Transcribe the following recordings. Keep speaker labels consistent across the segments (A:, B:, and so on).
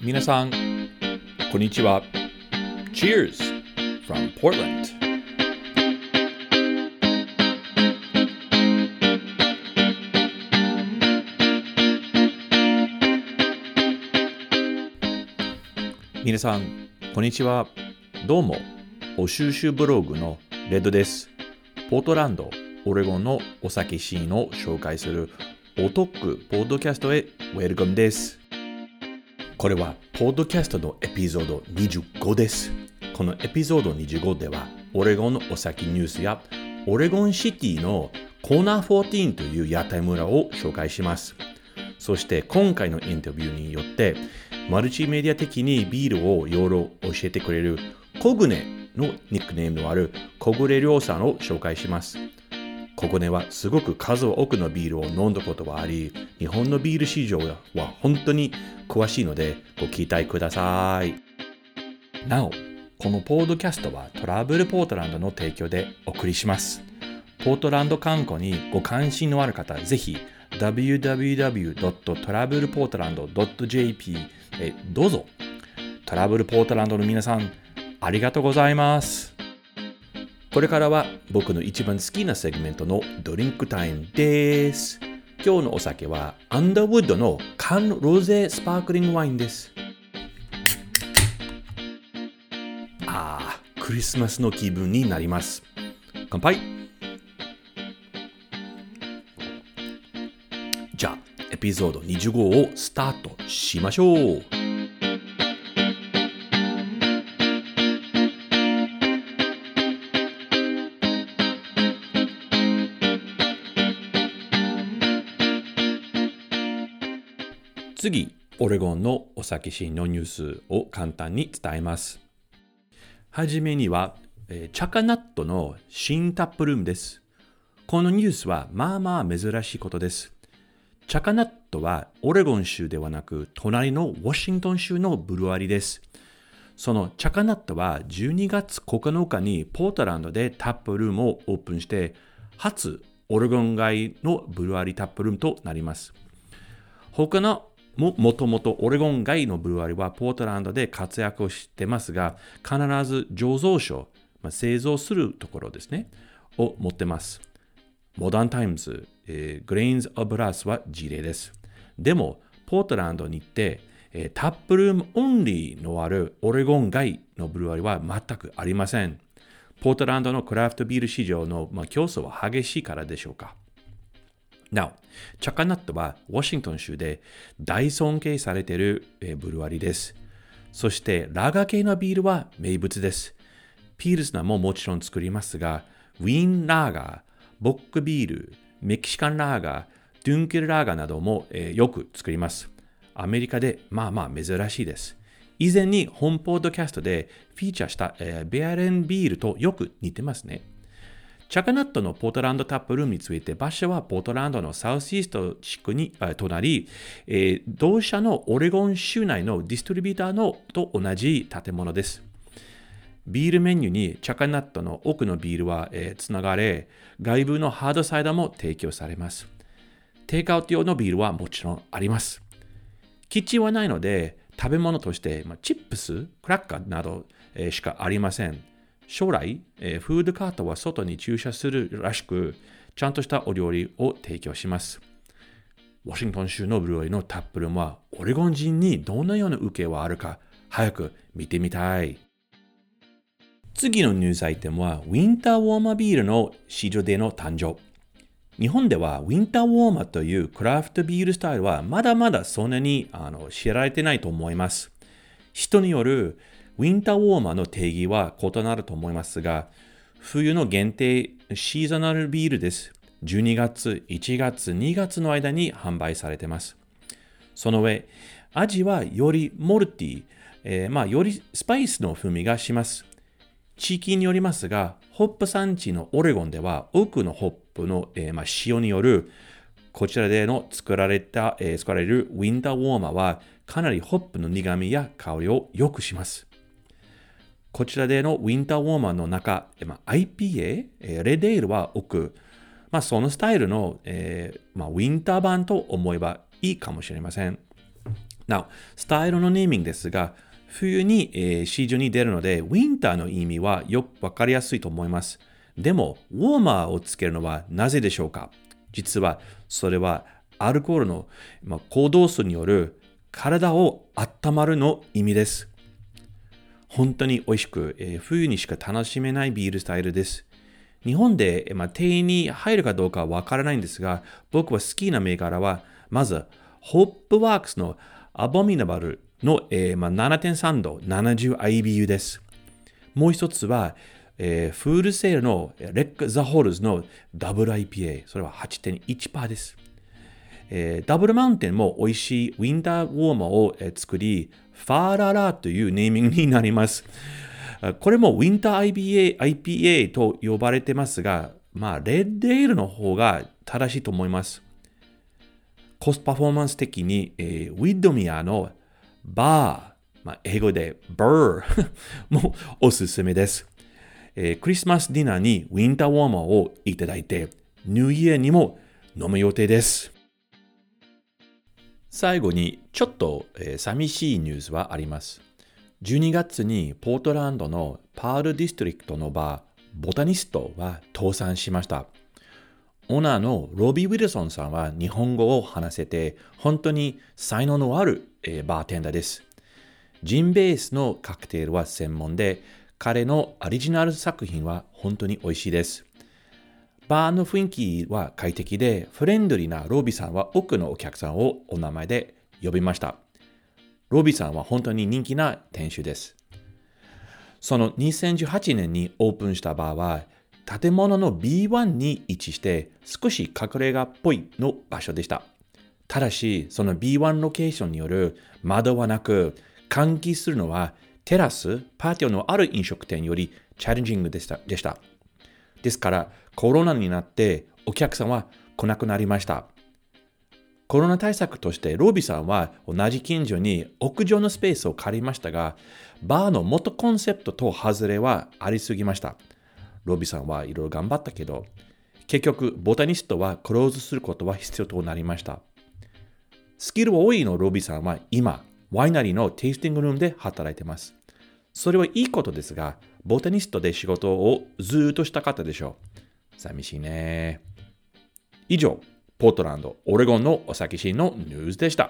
A: 皆さん、こんにちは。Cheers from Portland. 皆さん、こんにちは。どうも、お収集ブログのレッドです。ポートランド、オレゴンのお酒シーンを紹介するお得ポッドキャストへウェルカムです。これはポッドキャストのエピソード25です。このエピソード25では、オレゴンのお酒ニュースやオレゴンシティのコーナー14という屋台村を紹介します。そして今回のインタビューによって、マルチメディア的にビールをいろいろ教えてくれるコグネのニックネームのある小暮亮さんを紹介します。コグネはすごく数多くのビールを飲んだことがあり、日本のビール市場は本当に詳しいのでご期待ください。なお、このポッドキャストはトラブルポートランドの提供でお送りします。ポートランド観光にご関心のある方、ぜひwww.travelportland.jp へどうぞ。トラブルポートランドの皆さん、ありがとうございます。これからは僕の一番好きなセグメントのドリンクタイムです。今日のお酒はアンダーウッドの缶ロゼスパークリングワインです。クリスマスの気分になります。乾杯。じゃあ、エピソード25をスタートしましょう。次、オレゴンのお酒シーンのニュースを簡単に伝えます。はじめには、チャカナットの新タップルームです。このニュースはまあまあ珍しいことです。チャカナットはオレゴン州ではなく隣のウォシントン州のブルワリーです。そのチャカナットは12月9日にポートランドでタップルームをオープンして初オレゴン街のブルワリータップルームとなります。他のもともとオレゴン街のブルワリーはポートランドで活躍をしてますが、必ず醸造所、製造するところですね、を持ってます。モダンタイムズ、グレインズ・オブ・ラスは事例です。でも、ポートランドに行って、タップルームオンリーのあるオレゴン街のブルワリーは全くありません。ポートランドのクラフトビール市場の、競争は激しいからでしょうか。なお、チャカナットはワシントン州で大尊敬されているブルワリーです。そしてラガー系のビールは名物です。ピールスナーももちろん作りますが、ウィーンラーガー、ボックビール、メキシカンラーガー、ドゥンケルラーガーなどもよく作ります。アメリカでまあまあ珍しいです。以前に本ポッドキャストでフィーチャーしたベアレンビールとよく似てますね。チャカナットのポートランドタップルームについて、場所はポートランドのサウスイースト地区に隣、同社のオレゴン州内のディストリビューターのと同じ建物です。ビールメニューにチャカナットの奥のビールは、つながれ、外部のハードサイダーも提供されます。テイクアウト用のビールはもちろんあります。キッチンはないので、食べ物として、チップス、クラッカーなど、しかありません。将来、フードカートは外に駐車するらしく、ちゃんとしたお料理を提供します。ワシントン州のブルワリーのタップルームは、オレゴン人にどのような受けはあるか、早く見てみたい。次のニュースアイテムは、ウィンターウォーマービールの市場での誕生。日本ではウィンターウォーマーというクラフトビールスタイルはまだまだそんなに知られてないと思います。人によるウィンターウォーマーの定義は異なると思いますが、冬の限定シーズナルビールです。12月、1月、2月の間に販売されています。その上、味はよりモルティ、よりスパイスの風味がします。地域によりますが、ホップ産地のオレゴンでは多くのホップの、使用によるこちらでの作られるウィンターウォーマーはかなりホップの苦味や香りを良くします。こちらでのウィンターウォーマーの中、IPA、レデールは多く、そのスタイルの、ウィンター版と思えばいいかもしれません。 なお、スタイルのネーミングですが、冬に、市場に出るので、ウィンターの意味はよくわかりやすいと思います。でも、ウォーマーをつけるのはなぜでしょうか？実は、それはアルコールの、高度数による体を温まるの意味です。本当に美味しく、冬にしか楽しめないビールスタイルです。日本で、定に入るかどうかはわからないんですが、僕は好きな銘柄は、まず、ホップワークスのアボミナバルの、7.3 度 70IBU です。もう一つは、フールセールのレック・ザ・ホールズのダブル IPA。それは 8.1% です。ダブルマウンテンも美味しいウィンターウォーマーを作り、ファーララというネーミングになります。これもウィンター IPA と呼ばれてますが、レッドエールの方が正しいと思います。コストパフォーマンス的に、ウィッドミアのバー、英語でバーもおすすめです。クリスマスディナーにウィンターウォーマーをいただいて、ニューイヤーにも飲む予定です。最後にちょっと、寂しいニュースはあります。12月にポートランドのパールディストリクトのバー、ボタニストは倒産しました。オーナーのロビー・ウィルソンさんは日本語を話せて本当に才能のある、バーテンダーです。ジンベースのカクテルは専門で、彼のオリジナル作品は本当に美味しいです。バーの雰囲気は快適で、フレンドリーなロビーさんは多くのお客さんをお名前で呼びました。ロビーさんは本当に人気な店主です。その2018年にオープンしたバーは、建物の B1 に位置して少し隠れ家っぽいの場所でした。ただし、その B1 ロケーションによる窓はなく、換気するのはテラス、パティオのある飲食店よりチャレンジングでした。ですから、コロナになってお客さんは来なくなりました。コロナ対策としてロビーさんは同じ近所に屋上のスペースを借りましたが、バーの元コンセプトと外れはありすぎました。ロビーさんはいろいろ頑張ったけど、結局ボタニストはクローズすることは必要となりました。スキル多いのロビーさんは今、ワイナリーのテイスティングルームで働いています。それはいいことですが、ボタニストで仕事をずっとしたかったでしょう。寂しいね。以上、ポートランド、オレゴンのお酒シーンのニュースでした。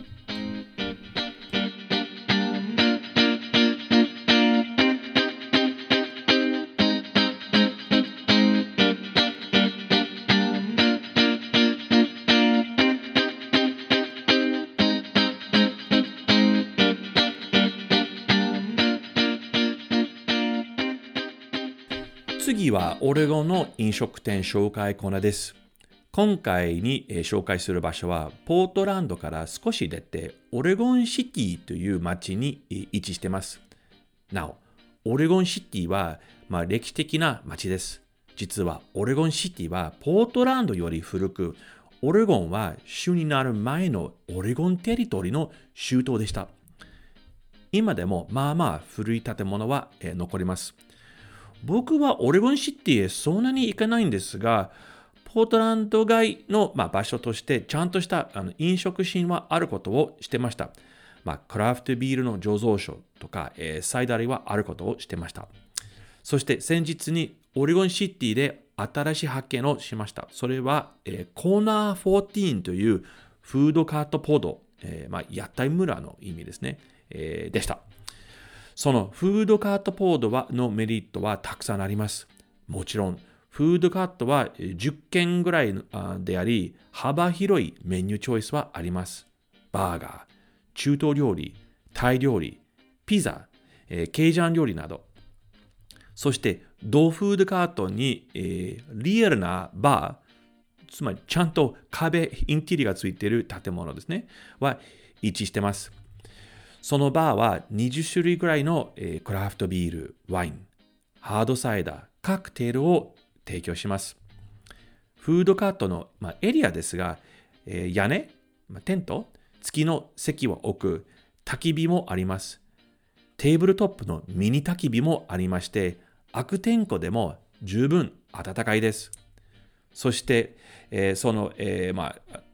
A: 次はオレゴンの飲食店紹介コーナーです。今回に紹介する場所はポートランドから少し出てオレゴンシティという町に位置しています。なお、オレゴンシティは歴史的な町です。実はオレゴンシティはポートランドより古く、オレゴンは州になる前のオレゴンテリトリーの州都でした。今でも古い建物は残ります。僕はオレゴンシティへそんなに行かないんですが、ポートランド街の場所としてちゃんとした飲食シーンはあることをしてました。クラフトビールの醸造所とか、サイダリーはあることをしてました。そして先日にオレゴンシティで新しい発見をしました。それは、コーナー14というフードカートポード、屋台村の意味ですね、でした。そのフードカートポードのメリットはたくさんあります。もちろん、フードカートは10件ぐらいであり、幅広いメニューチョイスはあります。バーガー、中東料理、タイ料理、ピザ、ケイジャン料理など。そして、同フードカートに、リアルなバー、つまりちゃんと壁、インテリアがついている建物ですね、は位置しています。そのバーは20種類ぐらいのクラフトビール、ワイン、ハードサイダー、カクテルを提供します。フードカートのエリアですが、屋根、テント、付きの席は置く、焚き火もあります。テーブルトップのミニ焚き火もありまして、悪天候でも十分暖かいです。そして、そ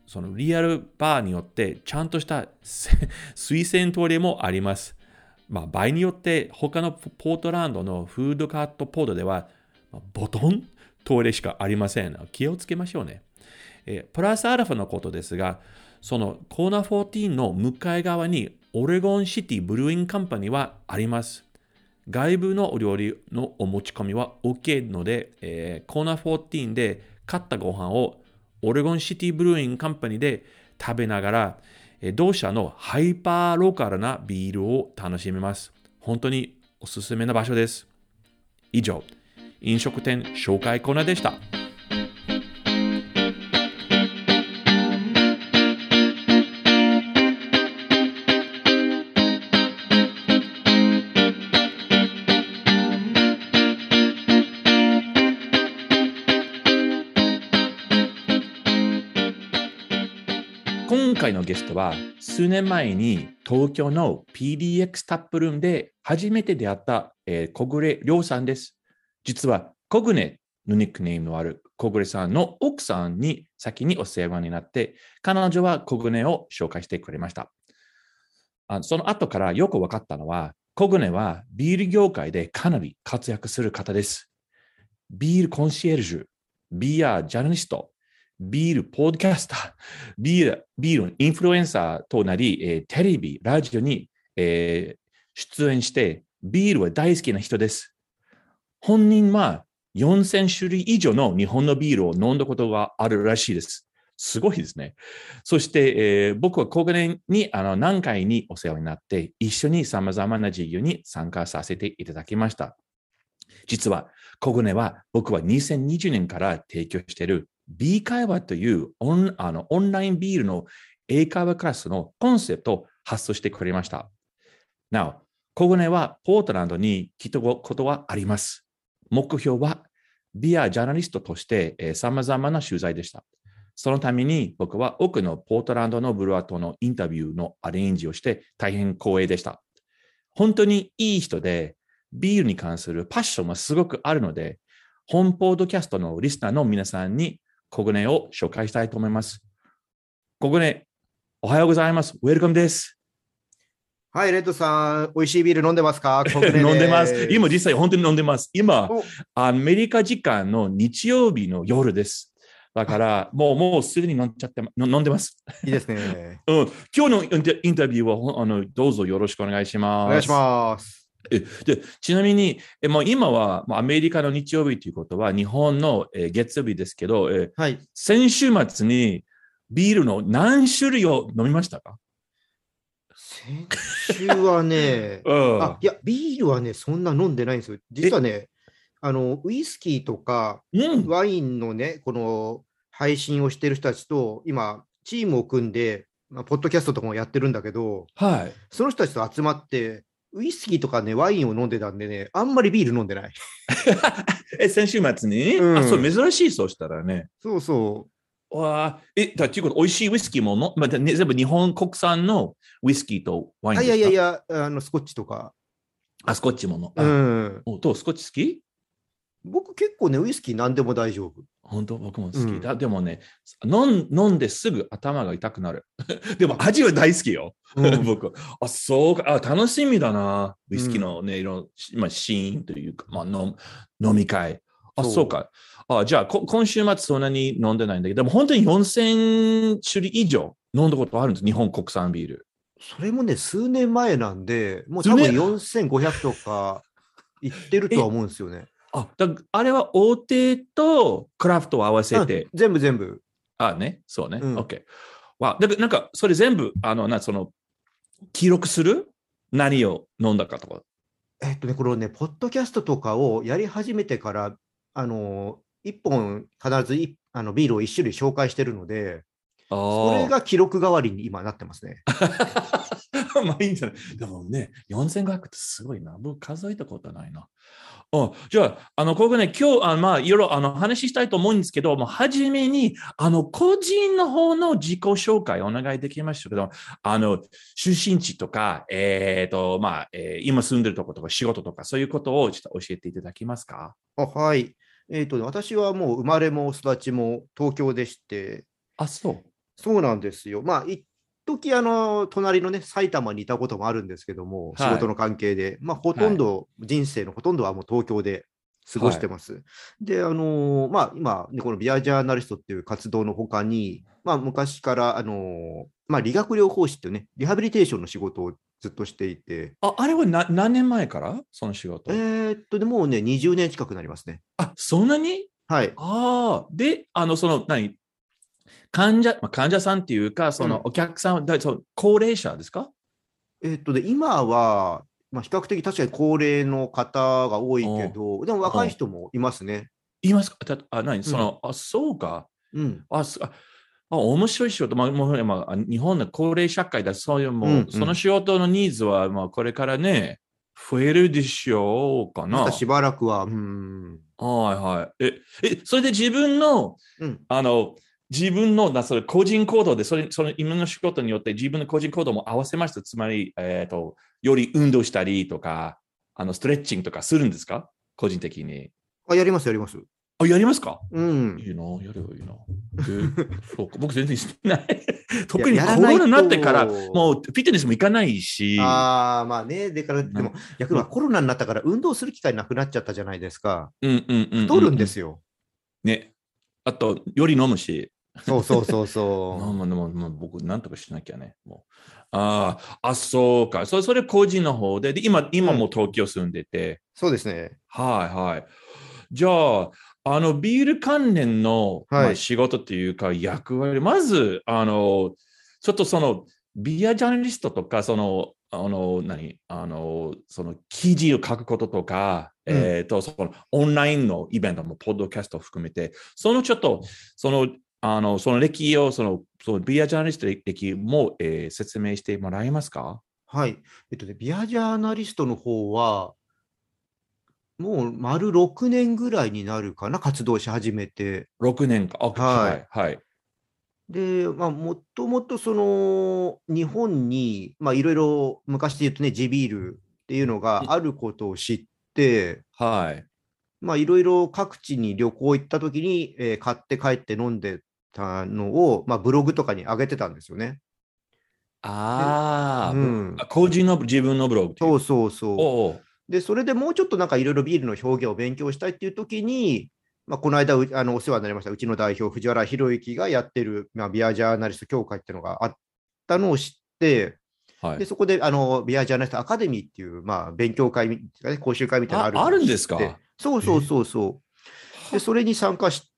A: そのリアルバーによってちゃんとした推薦トイレもあります。場合によって他のポートランドのフードカートポートでは、ボトントイレしかありません。気をつけましょうね。プラスアルファのことですが、そのコーナー14の向かい側にオレゴンシティブルーイングカンパニーはあります。外部のお料理のお持ち込みは OK ので、コーナー14で買ったご飯をオレゴンシティブルーイングカンパニーで食べながら、同社のハイパーローカルなビールを楽しめます。本当におすすめな場所です。以上、飲食店紹介コーナーでした。今回のゲストは数年前に東京の PDX タップルームで初めて出会った、小暮亮さんです。実はコグネのニックネームのある小暮さんの奥さんに先にお世話になって、彼女はコグネを紹介してくれました。その後からよく分かったのは、コグネはビール業界でかなり活躍する方です。ビールコンシェルジュ、ビアジャーナリスト、ビールポッドキャスター、ビールインフルエンサーとなり、テレビ、ラジオに、出演して、ビールは大好きな人です。本人は4000種類以上の日本のビールを飲んだことがあるらしいです。すごいですね。そして、僕はコグネに何回にお世話になって、一緒に様々な授業に参加させていただきました。実は、コグネは僕は2020年から提供している B 会話というオンラインビールの英会話クラスのコンセプトを発想してくれました。なお、コグネはポートランドに来たことはあります。目標はビアジャーナリストとして様々な取材でした。そのために僕は多くのポートランドのブルワーとのインタビューのアレンジをして大変光栄でした。本当にいい人で、ビールに関するパッションはすごくあるので、本ポードキャストのリスナーの皆さんにコグネを紹介したいと思います。コグネ、おはようございます。ウェルカムです。
B: はい、レッドさん、美味しいビール飲んでますか？コグネです。
A: 飲んでます。今実際本当に飲んでます。今、アメリカ時間の日曜日の夜です。だから、もうすでに飲んでます。
B: いいですね。
A: 今日のインタビューはどうぞよろしくお願いします。
B: お願いします。
A: でちなみに、今はアメリカの日曜日ということは日本の月曜日ですけど、
B: はい、
A: 先週末にビールの何種類を飲みましたか？
B: 先週はね、いや、ビールはね、そんな飲んでないんですよ。実はね、ウイスキーとか、ワインのね、この配信をしてる人たちと、今、チームを組んで、ポッドキャストとかもやってるんだけど、
A: はい。
B: その人たちと集まって、ウイスキーとかね、ワインを飲んでたんでね、あんまりビール飲んでない。
A: 先週末に、そう、珍しい、そうしたらね。
B: そうそう。
A: っていうこと、美味しいウイスキーも全部日本国産のウイスキーとワインですか？
B: いや、スコッチとか。
A: スコッチもの。スコッチ好き？
B: 僕結構ね、ウイスキー何でも大丈夫。
A: 本当、僕も好きだ。でもね、飲んですぐ頭が痛くなる。でも味は大好きよ。僕。そうか。楽しみだな。ウイスキーのね、シーンというか、飲み会。そうか。じゃあ、今週末そんなに飲んでないんだけど、でも本当に4000種類以上飲んだことあるんです。日本国産ビール。
B: それもね、数年前なんで、もう多分4500とかいってるとは思うんですよね。
A: あれは大手とクラフトを合わせて。
B: 全部。
A: そうね。OK。なんか、それ全部、記録する？何を飲んだかとか。
B: これね、ポッドキャストとかをやり始めてから、1本必ずビールを1種類紹介してるので、それが記録代わりに今なってますね。
A: いいんじゃない？でもね、4500ってすごいな。僕数えたことないな。じゃあ、ここね、今日、いろいろ話したいと思うんですけど、はじめに、個人の方の自己紹介お願いできましたけど、出身地とか、今住んでるところとか仕事とか、そういうことをちょっと教えていただけますか？
B: はい。私はもう生まれも育ちも東京でして、
A: そう。
B: そうなんですよ。まあ、一時隣のね、埼玉にいたこともあるんですけども、仕
A: はい。
B: 事の関係で、まあ、ほと
A: はい。
B: んど、人生のほとんどはもう東京で過ごし
A: はい。
B: てます。で、まあ、今、ね、このビアジャーナリストっていう活動のほかに、まあ、昔から、まあ、理学療法士っていうね、リハビリテーションの仕事をずっとしていて、
A: あれは何年前からその仕事？
B: でもうね、20年近くなりますね。
A: あ、そんなに？
B: はい。
A: で、患者さんっていうか、その
B: うん。
A: お客さんは、高齢者ですか？
B: 今は、まあ、比較的確かに高齢の方が多いけ
A: お
B: ど、でも若い
A: お
B: 人もいますね。
A: 言いますか？
B: うん。
A: そうか。
B: うん。
A: あ、そあ、面白い仕事。日本の高齢社会だ、そういう
B: うん。
A: その
B: うん。
A: 仕事のニーズは、これからね、増えるでしょうかな。
B: またしばらくは、うん。
A: はいはい。それで
B: うん。
A: あの、自分の、それ個人行動で、その今の仕事によって自分の個人行動も合わせました。つまり、より運動したりとか、ストレッチングとかするんですか？個人的に。
B: あ、やります、やります。
A: あ、やりますか？
B: うん。
A: いいな、やればいいな。そうか、僕全然してない。
B: いや、
A: 特に
B: やらない
A: コロナになってから、も
B: と、
A: うフィットネスも行かないし、
B: まあね、でから、でも、逆に
A: うん、
B: コロナになったから運動する機会なくなっちゃったじゃないですか。
A: うんうんうん
B: 太るん
A: うん。
B: ですよ。
A: ね。あと、より飲むし。
B: そうそうそう
A: まあ
B: そ
A: まあまあまあ、僕、なんとかしなきゃね。もう。そうか。それ個人の方で、
B: う。う
A: 今も
B: ん。
A: 東京住んでて、
B: そうですね。
A: はいはい。じゃあ、ビール関連の、
B: はい。
A: 仕事っていうか、役割、まず、ちょっとビアジャーナリストとか、その記事を書くこととか、
B: うん。
A: オンラインのイベントも、ポッドキャストを含めて、ちょっと、その歴を、そのビアジャーナリスト歴も、説明してもらえますか？
B: はい。ビアジャーナリストの方は、もう丸6年ぐらいになるかな、活動し始めて。
A: 6年か。
B: はい。
A: はい、はい。
B: で、まあ、もともと日本に、まあ、いろいろ昔で言うとね、地ビールっていうのがあることを知って、
A: はい。
B: まあ、いろいろ各地に旅行行った時に、買って帰って飲んでたのを、まあ、ブログとかに上げてたんですよね。で、う
A: あ、
B: ん。
A: 個人の自分のブログっていう。
B: そうそうそ
A: おう
B: う。で、それでもうちょっとなんかいろいろビールの表現を勉強したいっていう時に、まあ、この間お世話になりましたうちの代表、藤原宏之がやってる、まあ、ビアジャーナリスト協会っていうのがあったのを知って、で、
A: はい。
B: そこでビアジャーナリストアカデミーっていう、まあ、勉強会講習会みたいなのある
A: あるん
B: のを知
A: ですか？
B: って、そうそうそうそう。で、
A: は、
B: それに参加して、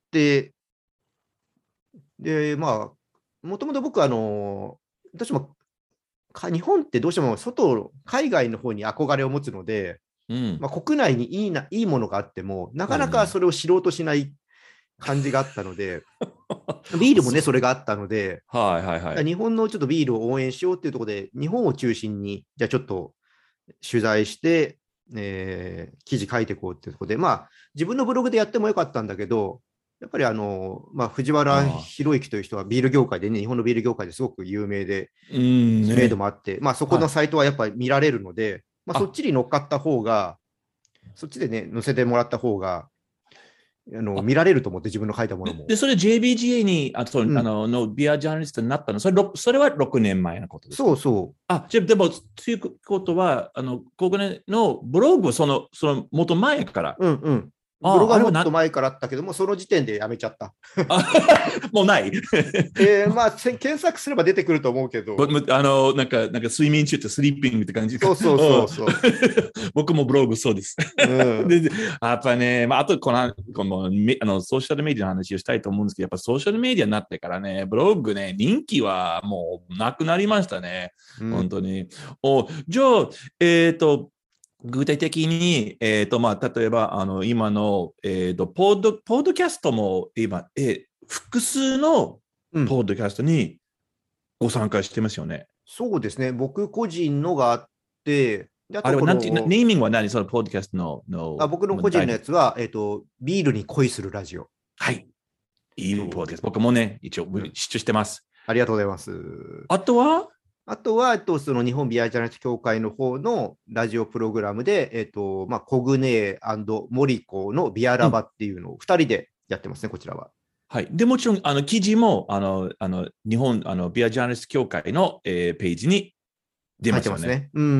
B: で、まあ、もともと僕、どうしても日本ってどうしても海外の方に憧れを持つので、
A: うん。
B: まあ、国内にいいものがあっても、なかなか
A: うん。
B: それを知ろうとしない感じがあったので、ビールもね、それがあったので、
A: はいはいはい。
B: 日本のちょっとビールを応援しようっていうところで、日本を中心に、じゃあちょっと取材して、記事書いていこうっていうところで、まあ、自分のブログでやってもよかったんだけど、やっぱりまあ、藤原
A: あ
B: 宏之という人はビール業界でね、日本のビール業界ですごく有名で、
A: うん、
B: 知名度
A: ね。
B: もあって、まあ、そこの
A: はい。
B: サイトはやっぱり見られるので、まあ、そっ
A: あ、
B: ちに乗っかった方が、そっちでね、載せてもらった方が、見
A: あ、
B: られると思って、自分の書いたものも。
A: それ JBGA に、
B: うん、
A: ビアジャーナリストになったの？それは6年前のことですか？
B: そうそ
A: でも、ということは、国内のブログはもっと前から。
B: う。うんうん。ブログはもっと
A: あれは
B: 前からあったけども、その時点でやめちゃった。
A: あもうない。
B: まあ、検索すれば出てくると思うけど、
A: なんか睡眠中ってスリーピングって感じか。
B: そうそう
A: うん
B: そうそ
A: 僕もブログそうです。
B: う。うん。
A: やっぱね、あとこのソーシャルメディアの話をしたいと思うんですけど、やっぱソーシャルメディアになってからね、ブログね、人気はもうなくなりましたね。
B: うん。
A: 本当に。じゃあ、具体的に、例えば、今の、ポッドキャストも今、複数の
B: うん。
A: ポッドキャストにご参加してますよね。
B: そうですね。僕個人のがあって、で、あと
A: あれはネーミングは何？そのポッドキャスト
B: 僕の個人
A: タイトル。
B: のやつは、ビールに恋するラジオ。
A: はい。いいポッドキャスト。
B: そう。
A: 僕もね、一応、
B: うん。
A: 視聴してます。
B: ありがとうございます。
A: あとは、
B: あとは、その日本ビアジャーナリスト協会の方のラジオプログラムで、まあ、コグネーモリコのビアラバ
A: うん。
B: っていうのを2人でやってますね、こちらは。
A: はい。で、もちろん、記事も、日本、ビアジャーナリスト協会の、ページに出ますよね。
B: 入ってますね。うん。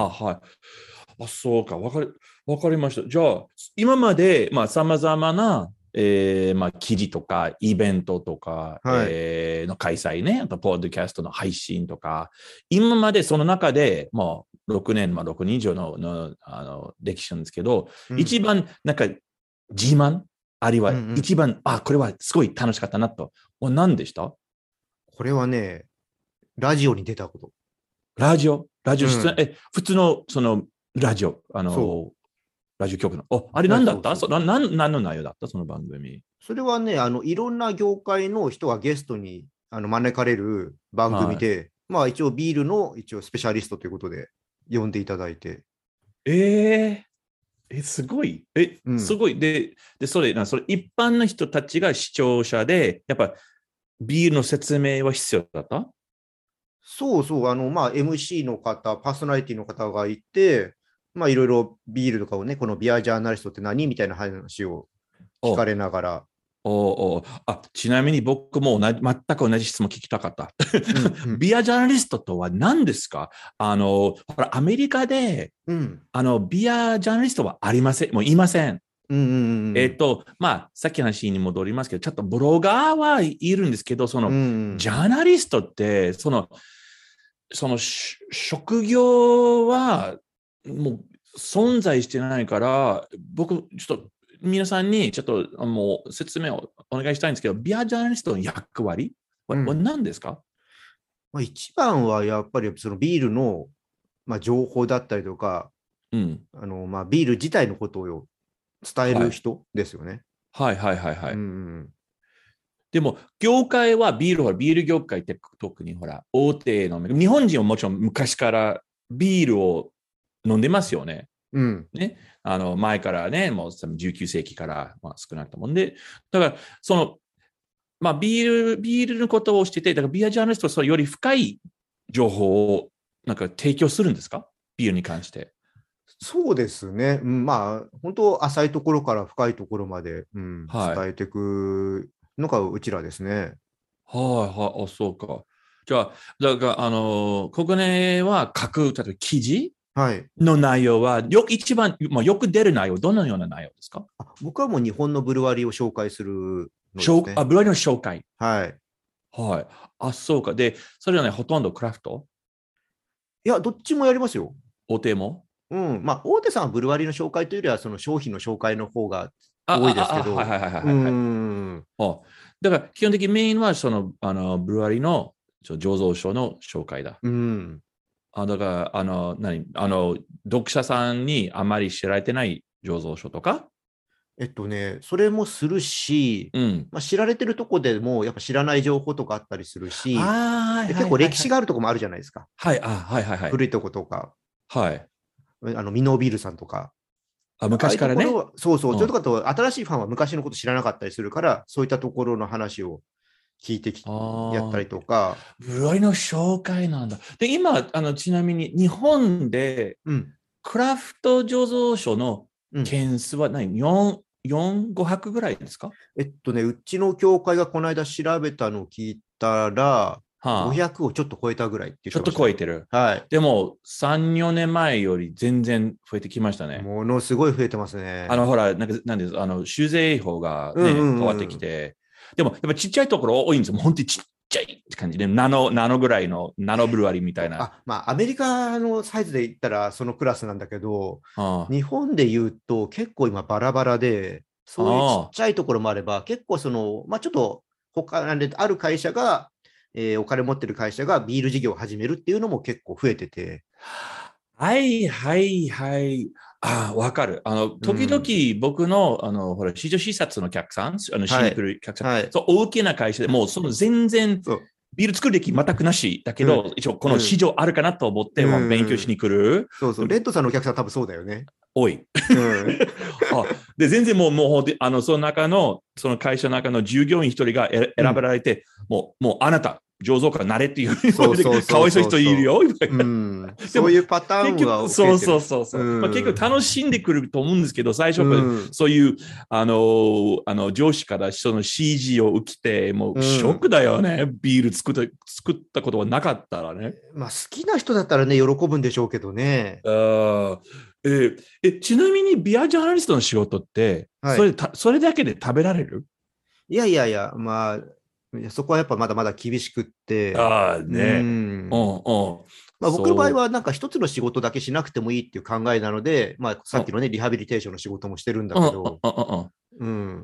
A: はい。そうか。わかりました。じゃあ、今まで、様々な、記事とか、イベントとか、
B: はい。
A: の開催ね。あと、ポッドキャストの配信とか、今までその中で、もう、6年、6年以上の歴史なんですけど、
B: うん。
A: 一番、自慢、あるいは
B: うんうん。
A: 一番、これはすごい楽しかったなと。何でした？
B: これはね、ラジオに出たこと。
A: ラジオ出演、
B: うん。
A: 普通の、ラジオ、
B: そ
A: ラジオ局の。あれ
B: う。
A: 何だっ
B: そうそう。
A: た何の内容だったその番組。
B: それはね、いろんな業界の人がゲストに招かれる番組
A: は
B: で、まあ一応ビールの一応スペシャリストということで呼んでいただいて。
A: い。すごい。
B: うん。
A: すごい。それ一般の人たちが視聴者で、やっぱビールの説明は必要だった？
B: そうそう、まあ MC の方、パーソナリティの方がいて、まあいろいろビールとかをね、このビアジャーナリストって何みたいな話を聞か
A: お
B: れながら。
A: ちなみに僕も全く同じ質問聞きたかった。
B: うんうん。
A: ビアジャーナリストとは何ですか？ほら、アメリカで、
B: うん。
A: ビアジャーナリストはありません。もういません。
B: うんうん
A: さっきの話に戻りますけど、ちょっとブロガーはいるんですけど、
B: うん。うん。
A: ジャーナリストって、職業は、もう、存在してないから、僕、ちょっと、皆さんに、ちょっと、もう、説明をお願いしたいんですけど、ビアジャーナリストの役割は
B: うん。
A: 何ですか？
B: まあ、一番はやっぱりそのビールの、まあ、情報だったりとか、
A: うん。
B: まあ、ビール自体のことを伝え
A: はい。
B: る人ですよね。
A: はいはいはいは
B: う
A: い。
B: ん。
A: でも、業界はビール業界って特にほら、大手の、日本人はもちろん昔からビールを飲んでますよね。
B: うん。
A: ね。前からね、もう19世紀から、少なくともんで、だから、ビールのことをしてて、だからビアジャーナリストはそれより深い情報を提供するんですか？ビールに関して。
B: そうですね。うん、まあ、本当浅いところから深いところまで、うん、
A: はい。
B: 伝えていくのがうちらですね。
A: はい、そうか。じゃあ、だから、国内は書く、例えば記事
B: はい。
A: の内容は、一番、よく出る内容、どのような内容ですか？
B: 僕はもう日本のブルワリーを紹介するのですね。
A: ブロリの紹介。
B: はい。
A: はい。そうか。で、それはね、ほとんどクラフト
B: いや、どっちもやりますよ。
A: お手も
B: うん。まあ、大手さんはブルワリーの紹介というよりは、その商品の紹介の方が多いですけ
A: はい
B: ど、
A: はいはい
B: うー
A: はいはい。
B: ん。
A: だから、基本的にメインは、ブルワリの醸造所の紹介だ。
B: うん。
A: だから、読者さんにあまり知られてない醸造所とか、
B: それもするし、
A: うん。
B: まあ、知られてるとこでも、やっぱ知らない情報とかあったりするし、
A: はい
B: で、結構歴史
A: はいはいはい。
B: があるとこもあるじゃないですか。
A: はい、はいはいはい。
B: 古いとことか、
A: はい。
B: ミノービールさんとか。ああいうと
A: 昔からね。
B: ころは、そうそう、
A: うん。
B: そういうとこだと、新しいファンは昔のこと知らなかったりするから、そういったところの話を聞いてやった
A: ああ、
B: りとか、
A: ブロリの紹介なんだ。で、今、ちなみに日本で
B: うん、
A: クラフト醸造所の
B: うん。
A: 件数は4、500ぐらいですか？
B: うちの教会がこの間調べたのを聞いたら、
A: はあ。
B: 500をちょっと超えたぐらいって言っ
A: ちょっと
B: てましたよ。
A: 超えてる。
B: はい。
A: でも、3、4年前より全然増えてきましたね。
B: ものすごい増えてますね。
A: ほら、なんで、修正法が
B: うんう
A: ね、変わって
B: んうん。
A: きて。でも、やっぱちっちゃいところ多いんですよ。もう本当にちっちゃいって感じで、ナノぐらいの、ナノブルワリーみたいな。
B: まあ、アメリカのサイズで言ったらそのクラスなんだけど、
A: あ
B: 日本で言うと結構今バラバラで、そういうちっ
A: あ、
B: ちゃいところもあれば、結構まあちょっと他である会社が、お金持ってる会社がビール事業を始めるっていうのも結構増えてて、
A: はいはいはい。わかる。時々
B: うん。
A: 僕の、ほら、市場視察の客さん、しに来
B: はい。
A: る客さん、
B: はい。
A: そう、大きな会社でもう、全然、
B: そう。
A: ビール作る歴全くなし。だけ
B: うん。
A: ど、一応、この
B: うん。
A: 市場あるかなと思って、
B: う
A: 勉強し
B: ん。
A: に来る。
B: そうそう。レッドさんのお客さん多分そうだよね。
A: 多い。
B: うん。
A: で、全然もう本当に、その会社の中の従業員一人が選
B: うん。
A: ばれて、もうあなた、 醸造家なれっていう
B: そうそうそうそう
A: かわいそう人いるよ。
B: うん。そういうパターンは
A: そうそうそうそう、
B: うん
A: まあ、結局楽しんでくると思うんですけど、最初から
B: うん
A: そういう、上司からその CG を受けて、もうショックだよね。ビール作ったことはなかったらね。
B: まあ好きな人だったらね、喜ぶんでしょうけどね。
A: ちなみにビアジャーナリストの仕事って、
B: はい。
A: それだけで食べられる？
B: いやいやいや、まあ、いやそこはやっぱまだまだ厳しくって、
A: ああ
B: う
A: ね。う
B: ん。
A: んうん。
B: まあ僕の場合
A: そう。
B: はなんか一つの仕事だけしなくてもいいっていう考えなので、まあさっきのね、リハビリテーションの仕事もしてるんだ
A: うんうん
B: けど、
A: うんうん。
B: うん、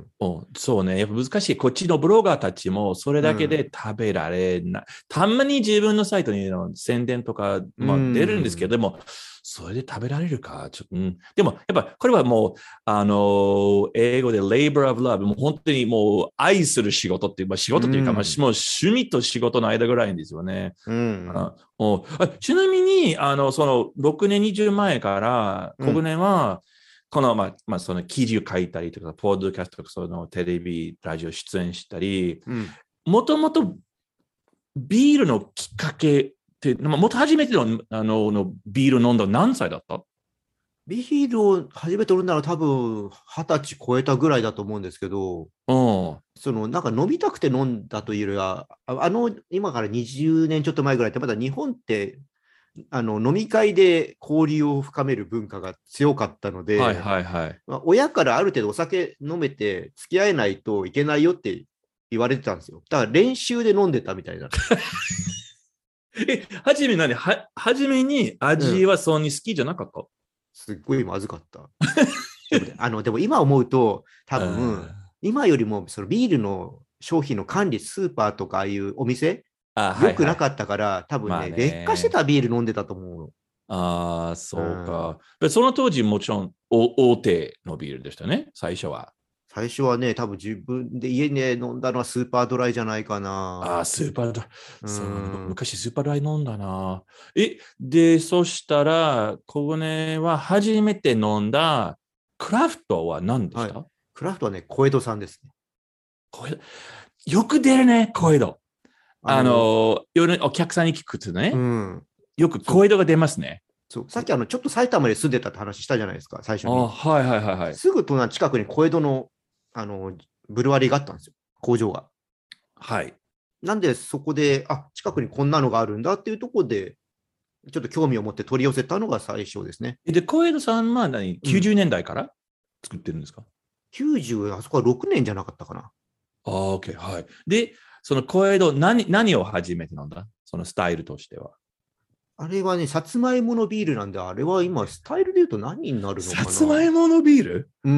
A: そうね。やっぱ難しい。こっちのブロガーたちもそれだけ
B: うん、
A: で食べられない。たまに自分のサイトにの宣伝とか、
B: う
A: まあ、出るんですけど、
B: ん、
A: でも、それで食べられるか。うん、でも、やっぱこれはもう、英語で labor of love。もう本当にもう愛する仕事っていう、まあ、仕
B: う
A: 事というか、まあ、
B: ん、
A: もう趣味と仕事の間ぐらいですよね。
B: うん、
A: ちなみに、その6年、20前から、
B: うん。
A: 国年は、この、その記事を書いたりとか、ポッドキャストとか、そのテレビ、ラジオ出演したり、
B: うん。
A: もともとビールのきっかけって、もっと初めてのビール飲んだの何歳だった？
B: ビールを初めて飲んだのは多分20歳超えたぐらいだと思うんですけど、
A: うん。
B: なんか飲みたくて飲んだというよりは、今から20年ちょっと前ぐらいって、まだ日本って、飲み会で交流を深める文化が強かったの
A: はい
B: で、
A: はいはい。
B: まあ、親からある程度お酒飲めて付き合えないといけないよって言われてたんですよ。だから練習で飲んでたみたいな。
A: 初めに
B: うん。
A: 味はそんなに好きじゃなかった？
B: すっごいまずかった。でも今思うと、多
A: う
B: 分、
A: ん。
B: 今よりもそのビールの商品の管理、スーパーとかああいうお店、
A: あ、は
B: 良
A: いはい。
B: くなかったから、多分
A: まあ
B: ね、劣化して
A: ね。
B: たビール飲んでたと思う。
A: ああ、
B: うん。
A: そうか。でその当時もちろん大手のビールでしたね、最初は。
B: 最初はね、多分自分で家で飲んだのはスーパードライじゃないかな。
A: ああ、スーパードライ。
B: う
A: そう、
B: ん。
A: 昔スーパードライ飲んだな。で、そしたら、小舟は初めて飲んだクラフトは何でし
B: はい。
A: た？
B: クラフトはね、小江戸さんですね。
A: これ、よく出るね、小江戸。
B: あの、
A: 夜お客さんに聞くとね、
B: うん。
A: よく
B: そう、
A: 小江戸が出ますね。
B: さっきちょっと埼玉で住んでたって話したじゃないですか、最初に。
A: はいはいはいはい。
B: すぐ隣近くに小江戸の、あの、ブルワリーがあったんですよ、工場が。
A: はい。
B: なんでそこで、近くにこんなのがあるんだっていうところで、ちょっと興味を持って取り寄せたのが最初ですね。
A: で、小江戸さんは90
B: うん。
A: 年代から作ってるんですか？
B: 90、あそこは6年じゃなかったかな。
A: OK、はい。で、その小江戸、何を初めて飲んだ？そのスタイルとしては。
B: あれはね、さつまいものビールなんで、あれは今、スタイルで言うと何になるの
A: さ
B: かな。
A: つまいものビール？
B: うん。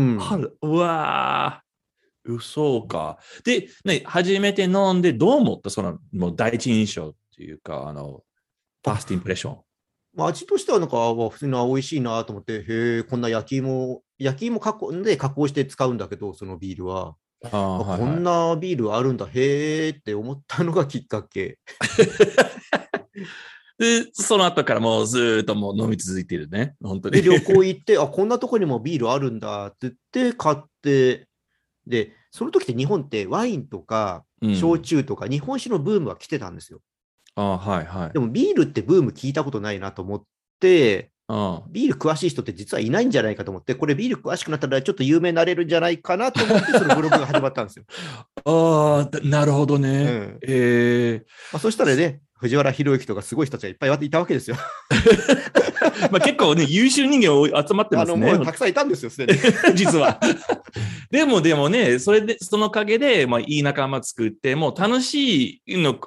A: うわー、嘘か。で、初めて飲んでどう思った？その、もう第一印象っていうか、ファーストインプレッション。
B: まあ、味としてはなんか、普通に美味しいなと思って、へえ、こんな焼き芋加工して使うんだけど、そのビールは。こん
A: はいはい。
B: なビールあるんだ、へえって思ったのがきっかけ。
A: で、その後からもうずっともう飲み続いてるね。本当に。
B: で、旅行行って、こんなとこにもビールあるんだって言って買って、で、その時って日本ってワインとか
A: うん。
B: 焼酎とか日本酒のブームが来てたんですよ。
A: はいはい。
B: でもビールってブーム聞いたことないなと思って、
A: あ
B: ビール詳しい人って実はいないんじゃないかと思って、これビール詳しくなったらちょっと有名になれるんじゃないかなと思って、そのブログが始まったんですよ。
A: なるほどね。
B: うん。まあ、そしたらね、藤原宏之とかすごい人たちがいっぱいいたわけですよ。
A: まあ結構ね、優秀人間集まってますね。
B: もうたくさんいたんですよ、すでに。
A: 実は。でもね、そのおかげで、まあいい仲間作って、もう楽しいの、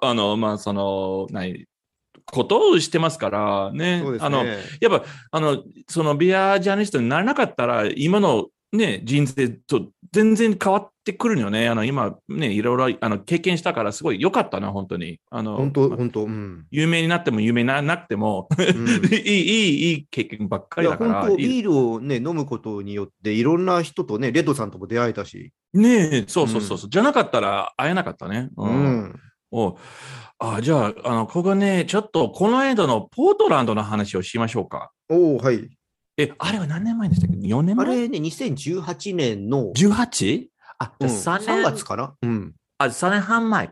A: ことをしてますからね。
B: そうですね。
A: やっぱ、そのビアジャーナリストにならなかったら、今のね、人生と全然変わってくるのよね。今ね、いろいろ、経験したからすごい良かったな、本当に。
B: 本当、本当、うん。
A: 有名になっても有名にならなくても
B: うん。
A: いい経験ばっか
B: いや、
A: りだから、
B: 本当、ビールをね、飲むことによって、いろんな人とね、レッドさんとも出会えたし。
A: ねえ、そう
B: うん。
A: そうそうそう。じゃなかったら会えなかったね。う
B: う
A: ん。
B: ん。
A: おじゃあ、ここね、ちょっとこの間のポートランドの話をしましょうか。
B: おお、はい。
A: あれは何年前でしたっけ？ 4 年前？
B: あれね、2018年の、
A: 18？ じゃあ
B: うん、
A: 3
B: 3月
A: 年、
B: かな。うん。
A: 3年半前か。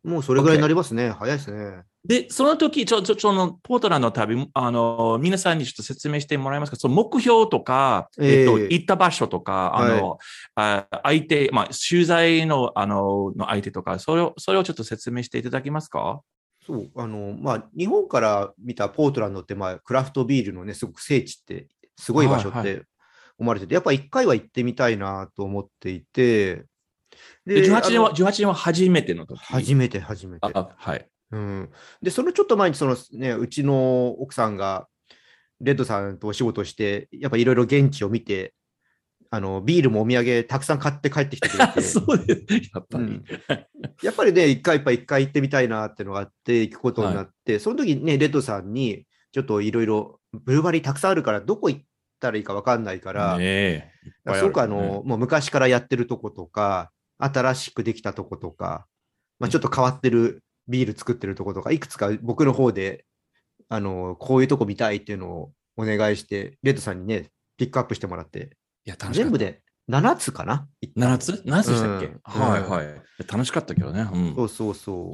B: もうそれぐらいになりますね。早いですね。
A: で、その時、ポートランドの旅、皆さんにちょっと説明してもらえますか？その目標とか、行った場所とか、相手、取材の、の相手とか、それをちょっと説明していただけますか？
B: そう、日本から見たポートランドって、クラフトビールのね、すごく聖地って、すごい場所って思われてて、やっぱ一回は行ってみたいなと思っていて、
A: で、18年は初めての時？
B: 初めて。
A: はい。
B: で、そのちょっと前に、うちの奥さんが、レッドさんとお仕事して、やっぱいろいろ現地を見て、ビールもお土産たくさん買って帰ってきてくれて。
A: そうです。やっぱり。
B: やっぱりね、一回行ってみたいなっていうのがあって、行くことになって、その時にね、レッドさんに、ちょっといろいろ、ブルーバリーたくさんあるから、どこ行ったらいいか分かんないから、すごくもう昔からやってるとことか、新しくできたとことか、ちょっと変わってるビール作ってるとことか、いくつか僕の方で、こういうとこ見たいっていうのをお願いして、レッドさんにね、ピックアップしてもらって、全部で7つかな
A: ?7 つでしたっけ？はい。楽しかったけどね。
B: そう。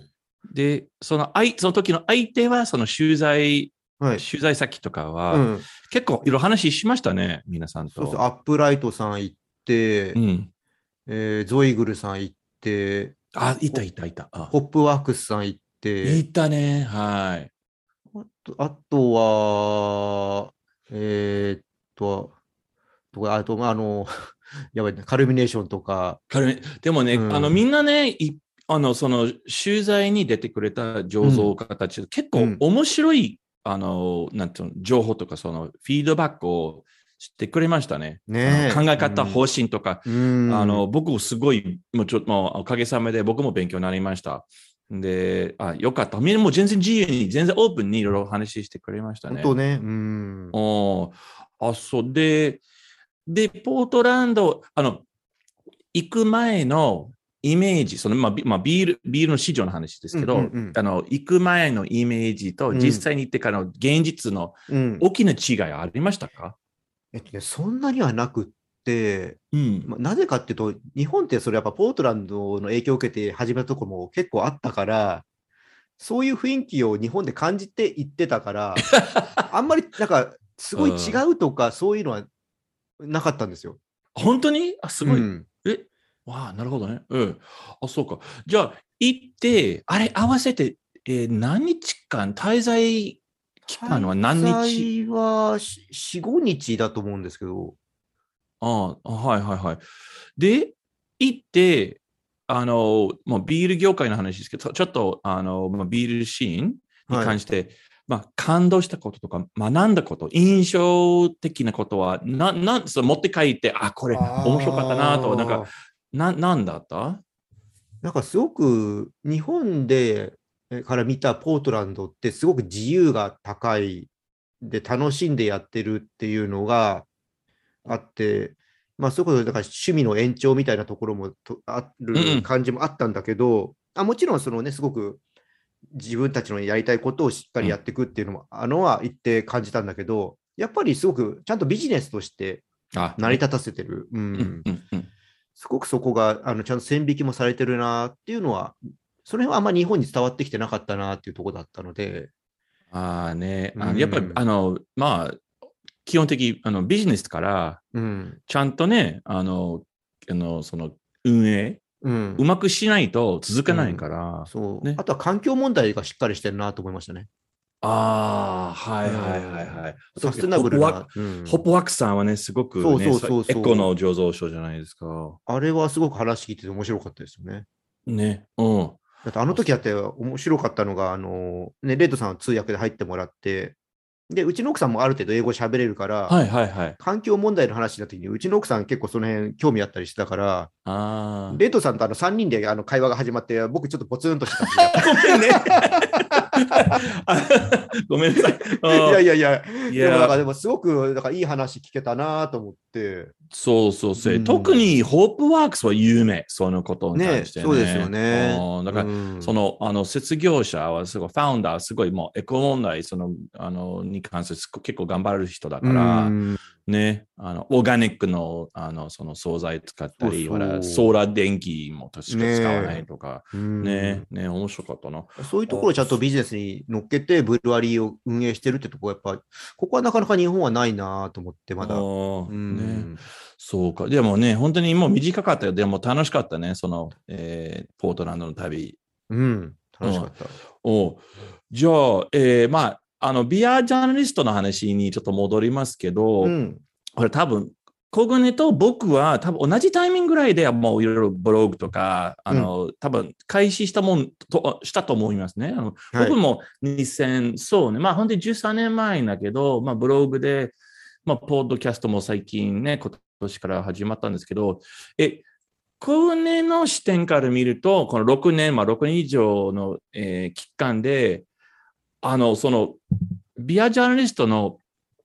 A: で、その時の相手は、その取材先とかは、結構いろいろ話しましたね、皆さんと。
B: そう、アップライトさん行って、ゾイグルさん行って、
A: いた。
B: ポップワークスさん行って。
A: いたね、はい。
B: あとは、やばいね、カルミネーションとか。
A: でもね、みんなね、その取材に出てくれた醸造家たち、結構面白い、なんていうの、情報とか、そのフィードバックをしてくれましたね。考え方、方針とか、僕すごい、もうおかげさまで僕も勉強になりました。で、よかった。みんなもう全然自由に、全然オープンにいろいろ話してくれましたね。
B: 本当ね。
A: そうで、ポートランド、行く前のイメージ、その、ビールの市場の話ですけど、行く前のイメージと実際に行ってからの現実の大きな違いありましたか？
B: そんなにはなくって、なぜかっていうと、日本ってそれやっぱポートランドの影響を受けて始めたところも結構あったから、そういう雰囲気を日本で感じて行ってたから、あんまりなんかすごい違うとかそういうのはなかったんですよ。
A: 本当に？すごい。なるほどね。そうか。じゃあ、行って、合わせて、何日間、滞在期間は何日？
B: 滞在は4、5日だと思うんですけど。
A: はい。で、行って、ビール業界の話ですけど、ちょっと、ビールシーンに関して、感動したこととか、学んだこと、印象的なことは、持って帰って、これ、面白かったなと、なんだった？
B: なんかすごく、日本から見たポートランドって、すごく自由が高いで、楽しんでやってるっていうのがあって、そういうことで、だから趣味の延長みたいなところもある感じもあったんだけど、もちろんそのね、すごく自分たちのやりたいことをしっかりやっていくっていうのも、は言って感じたんだけど、やっぱりすごくちゃんとビジネスとして成り立たせてる。すごくそこがちゃんと線引きもされてるなっていうのは、その辺はあんまり日本に伝わってきてなかったなっていうところだったので。
A: やっぱり基本的ビジネスから、ちゃんとね、その運営、うまくしないと続かないから。
B: あとは環境問題がしっかりしてるなと思いましたね。
A: はい。
B: サステナブルな。
A: ホップワークさんはね、すごくね、エコの醸造所じゃないですか。
B: あれはすごく話聞いてて面白かったですよね。だって時だって面白かったのが、レッドさんは通訳で入ってもらって、で、うちの奥さんもある程度英語喋れるから、環境問題の話の時に、うちの奥さん結構その辺興味あったりしてたから、レッドさんと3人で会話が始まって、僕ちょっとポツンとしてたんで。
A: ごめんね。 ごめんなさい。
B: でもすごくだからいい話聞けたなと思って。
A: そう。特にホープワークスは有名、そのことに関してね。
B: そうですよね。
A: だから、卒業者はすごい、ファウンダー、すごいもうエコ問題、に関する結構頑張る人だから、ね、オーガニックの、その惣菜使ったり、ソーラー電気も確か使わないとか、ね、面白かったな。
B: そういうところをちゃんとビジネスに乗っけて、ブルワリーを運営してるってところは、やっぱ、ここはなかなか日本はないなと思って、まだ。
A: そうか。でもね、本当にもう短かったよ。でも楽しかったね、ポートランドの旅。
B: 楽しかった。
A: じゃあ、ビアジャーナリストの話にちょっと戻りますけど、これ多分、コグネと僕は多分同じタイミングぐらいでもういろいろブログとか、多分開始したと思いますね。僕もそうね、本当に13年前だけど、ブログで、ポッドキャストも最近ね、今年から始まったんですけど、コグネの視点から見ると、この6年以上の、期間で、ビアジャーナリストの、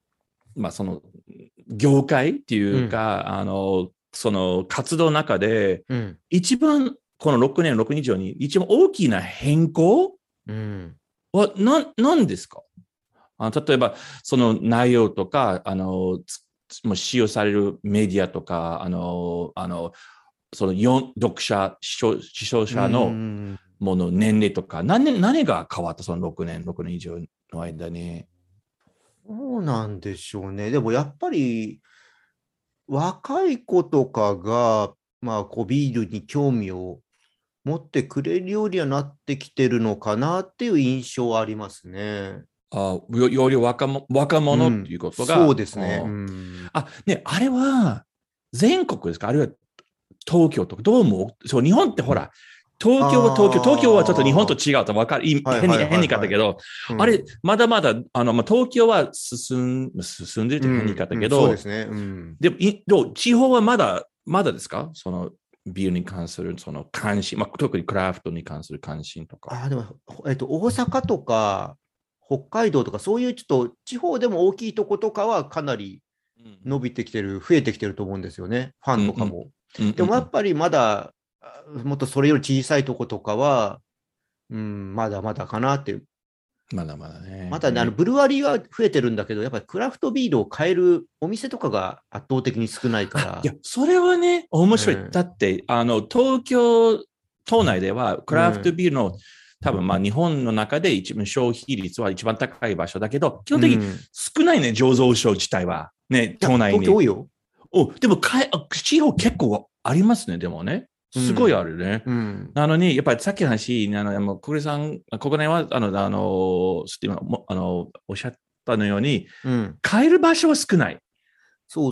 A: 業界っていうか、その活動の中で、一番、この6年以上に一番大きな変更は何ですか？例えば、その内容とか、使用されるメディアとか、その読者、視聴者のもの、年齢とか、何が変わった、その6年以上の間に。
B: そうなんでしょうね。でもやっぱり、若い子とかが、ビールに興味を持ってくれるようにはなってきてるのかなっていう印象はありますね。
A: より若者っていうことが。
B: そうですね。
A: あれは全国ですか？あるいは東京とか、どうも、日本ってほら、東京は東京はちょっと日本と違うと分かる。変に言ったけど、あれ、まだまだ、東京は進んでるって変に言ったけど、
B: そうですね。
A: でも、地方はまだですか？その、ビールに関する、その関心、特にクラフトに関する関心とか。
B: でも、大阪とか、北海道とか、そういうちょっと地方でも大きいとことかはかなり伸びてきてる、増えてきてると思うんですよね。ファンとかも。でもやっぱりまだ、もっとそれより小さいとことかは、まだまだかなっていう。
A: まだまだね。
B: またね、ブルワリーは増えてるんだけど、やっぱりクラフトビールを買えるお店とかが圧倒的に少ないから。
A: いや、それはね、面白い。だって、東京都内ではクラフトビールの、多分日本の中で一番消費率は一番高い場所だけど、基本的に少ないね、醸造所自体は。ね、都内に。
B: 東京多いよ。
A: でも地方結構ありますね、でもね。すごいあるね。なのに、やっぱりさっきの話、小暮さん、国内は、おっしゃったのように、買える場所は少ない。
B: そう。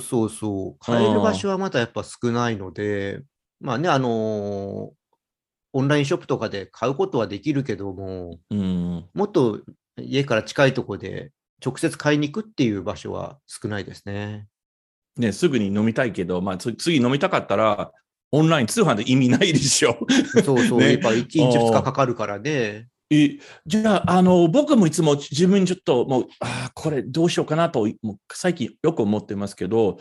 B: 買える場所はまたやっぱ少ないので、オンラインショップとかで買うことはできるけども、もっと家から近いところで直接買いに行くっていう場所は少ないですね。
A: ね、すぐに飲みたいけど、次飲みたかったら、オンライン通販で意味ないでしょ。
B: そう、ね、やっぱ1日2日かかるからね。
A: じゃあ、僕もいつも自分にちょっともう、これどうしようかなと、もう最近よく思ってますけど、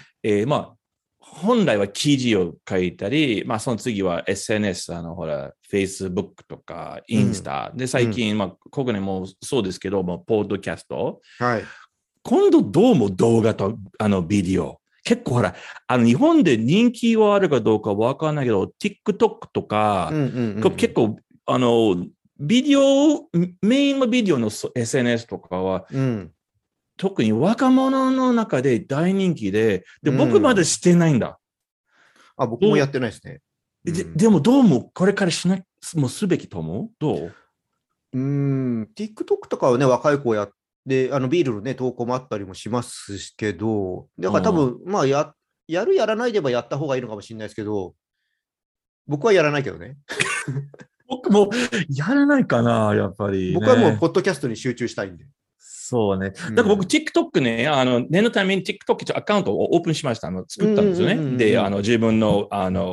A: 本来は記事を書いたり、その次は SNS、Facebook とか、インスタ、で、最近、国内もそうですけど、ポッドキャスト。今度どうも動画と、ビデオ。結構ほら、日本で人気はあるかどうかわかんないけど、TikTok とか、結構、ビデオ、メインのビデオの SNS とかは、特に若者の中で大人気で、僕まだしてないんだ。
B: 僕もやってないですね。
A: でもどうもこれからもうすべきと思う？どう
B: ？TikTok とかはね、若い子やって、ビールのね、投稿もあったりもしますけど、だから多分、やるやらないではやった方がいいのかもしれないですけど、僕はやらないけどね。
A: 僕もやらないかな、やっぱり、ね。
B: 僕はもう、ポッドキャストに集中したいんで。
A: そうね。だから僕、TikTok ね、念のために TikTok アカウントをオープンしました。作ったんですよね。で、自分の、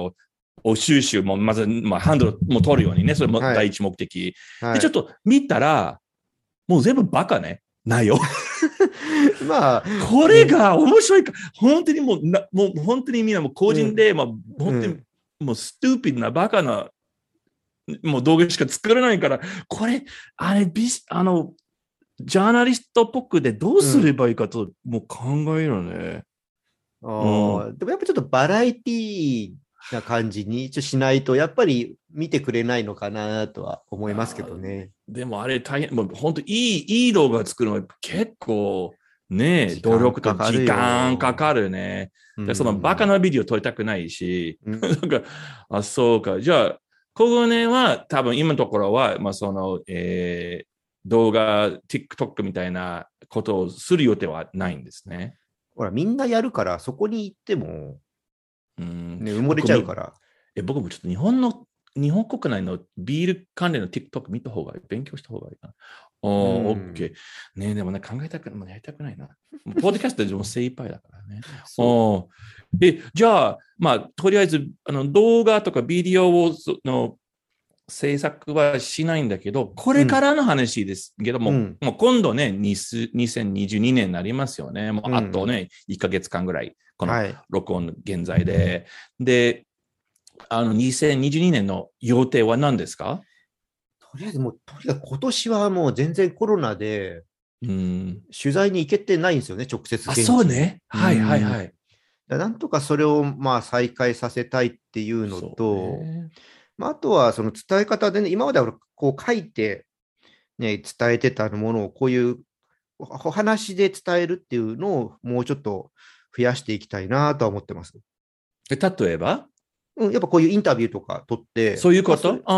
A: を収集も、まず、ハンドルも取るようにね、それも第一目的。で、ちょっと見たら、もう全部バカね。ないよ。
B: まあ、
A: これが面白いか。本当にもう本当にみんなもう個人で、本当にもうストゥーピッドなバカな、もう道具しか作れないから、これ、ジャーナリストっぽくでどうすればいいかと、もう考えるね。
B: でもやっぱちょっとバラエティーな感じにしないと、やっぱり見てくれないのかなとは思いますけどね。
A: でもあれ大変、もう本当いい動画作るのは結構ね、努力と時間かかるね。でそのバカなビデオ撮りたくないし、なんか、そうか。じゃあ、小金は多分今のところは、その、動画、TikTok みたいなことをする予定はないんですね。
B: ほら、みんなやるから、そこに行っても、埋もれちゃうから。
A: 僕もちょっと日本国内のビール関連の TikTok 見た方がいい。勉強した方がいいな。オッケー。ねでもね、やりたくないな。ポッドキャストでも精一杯だからね。じゃあ、とりあえず、動画とかビデオの制作はしないんだけど、これからの話ですけども、もう今度ね、2022年になりますよね。もうあとね、1ヶ月間ぐらい、この録音現在で。で、2022年の予定は何ですか？
B: とりあえずとにかく今年はもう全然コロナで、取材に行けてないんですよね、直接現地に。
A: そうね。はいはいはい。
B: なんとかそれを再開させたいっていうのと、あとはその伝え方でね、今まではこう書いて、ね、伝えてたものをこういうお話で伝えるっていうのをもうちょっと増やしていきたいなとは思ってます。
A: 例えば？
B: やっぱこういうインタビューとか取って。
A: そういうこと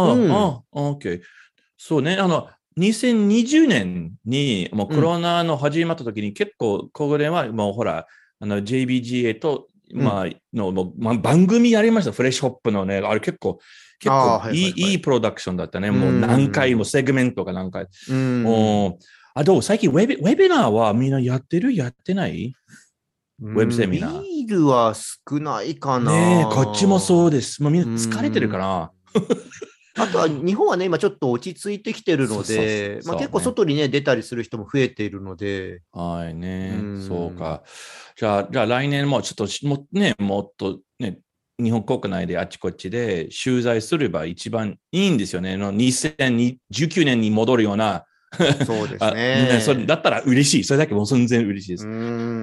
A: ？OK。そうね。2020年にもうコロナの始まった時に結構、これはもうほら、JBGA と、番組やりました。フレッシュホップのね、あれ結構いいプロダクションだったね。もう何回もセグメントが何回。どう最近ウェビナーはみんなやってない？ウェブセミナー。
B: ビールは少ないかな。
A: ねえ、こっちもそうです。もうみんな疲れてるかな。
B: あとは日本はね、今ちょっと落ち着いてきてるので、結構外にね、出たりする人も増えているので。
A: はいね。そうか。じゃあ来年もちょっともっとね、日本国内であちこちで取材すれば一番いいんですよね。2019年に戻るような。
B: そうですね。
A: それだったら嬉しい。それだけもう全然嬉しいです。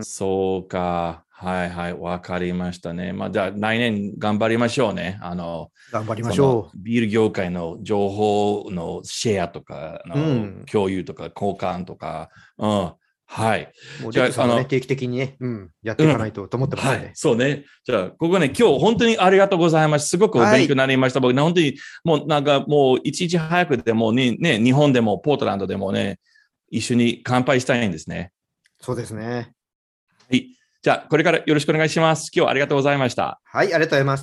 A: そうか。はいはい。わかりましたね。じゃあ来年頑張りましょうね。
B: 頑張りましょ
A: う。ビール業界の情報のシェアとか、共有とか交換とか。はい。
B: もうレッドさんがね、定期的にね、やっていかないと思ってますね。はい。
A: そうね。じゃあ、ここね、今日本当にありがとうございます。すごく勉強になりました。僕ね、本当に、もう一日早くでもね、日本でもポートランドでもね、一緒に乾杯したいんですね。
B: そうですね。
A: はい。じゃあ、これからよろしくお願いします。今日はありがとうございました。
B: はい、ありがとうございました。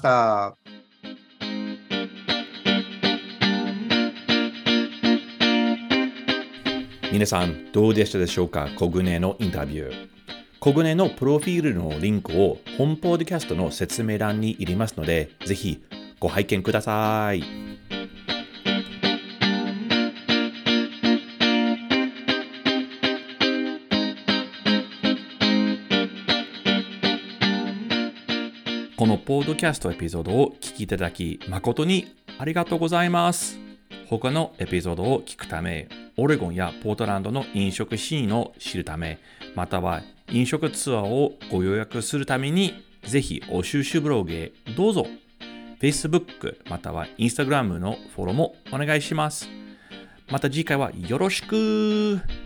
A: 皆さん、どうでしたでしょうか？コグネのインタビュー。コグネのプロフィールのリンクを本ポッドキャストの説明欄に入れますので、ぜひご拝見ください。このポッドキャストエピソードを聞きいただき誠にありがとうございます。他のエピソードを聞くため、オレゴンやポートランドの飲食シーンを知るため、または飲食ツアーをご予約するために、ぜひお収集ブログへどうぞ。Facebook または Instagram のフォローもお願いします。また次回はよろしく。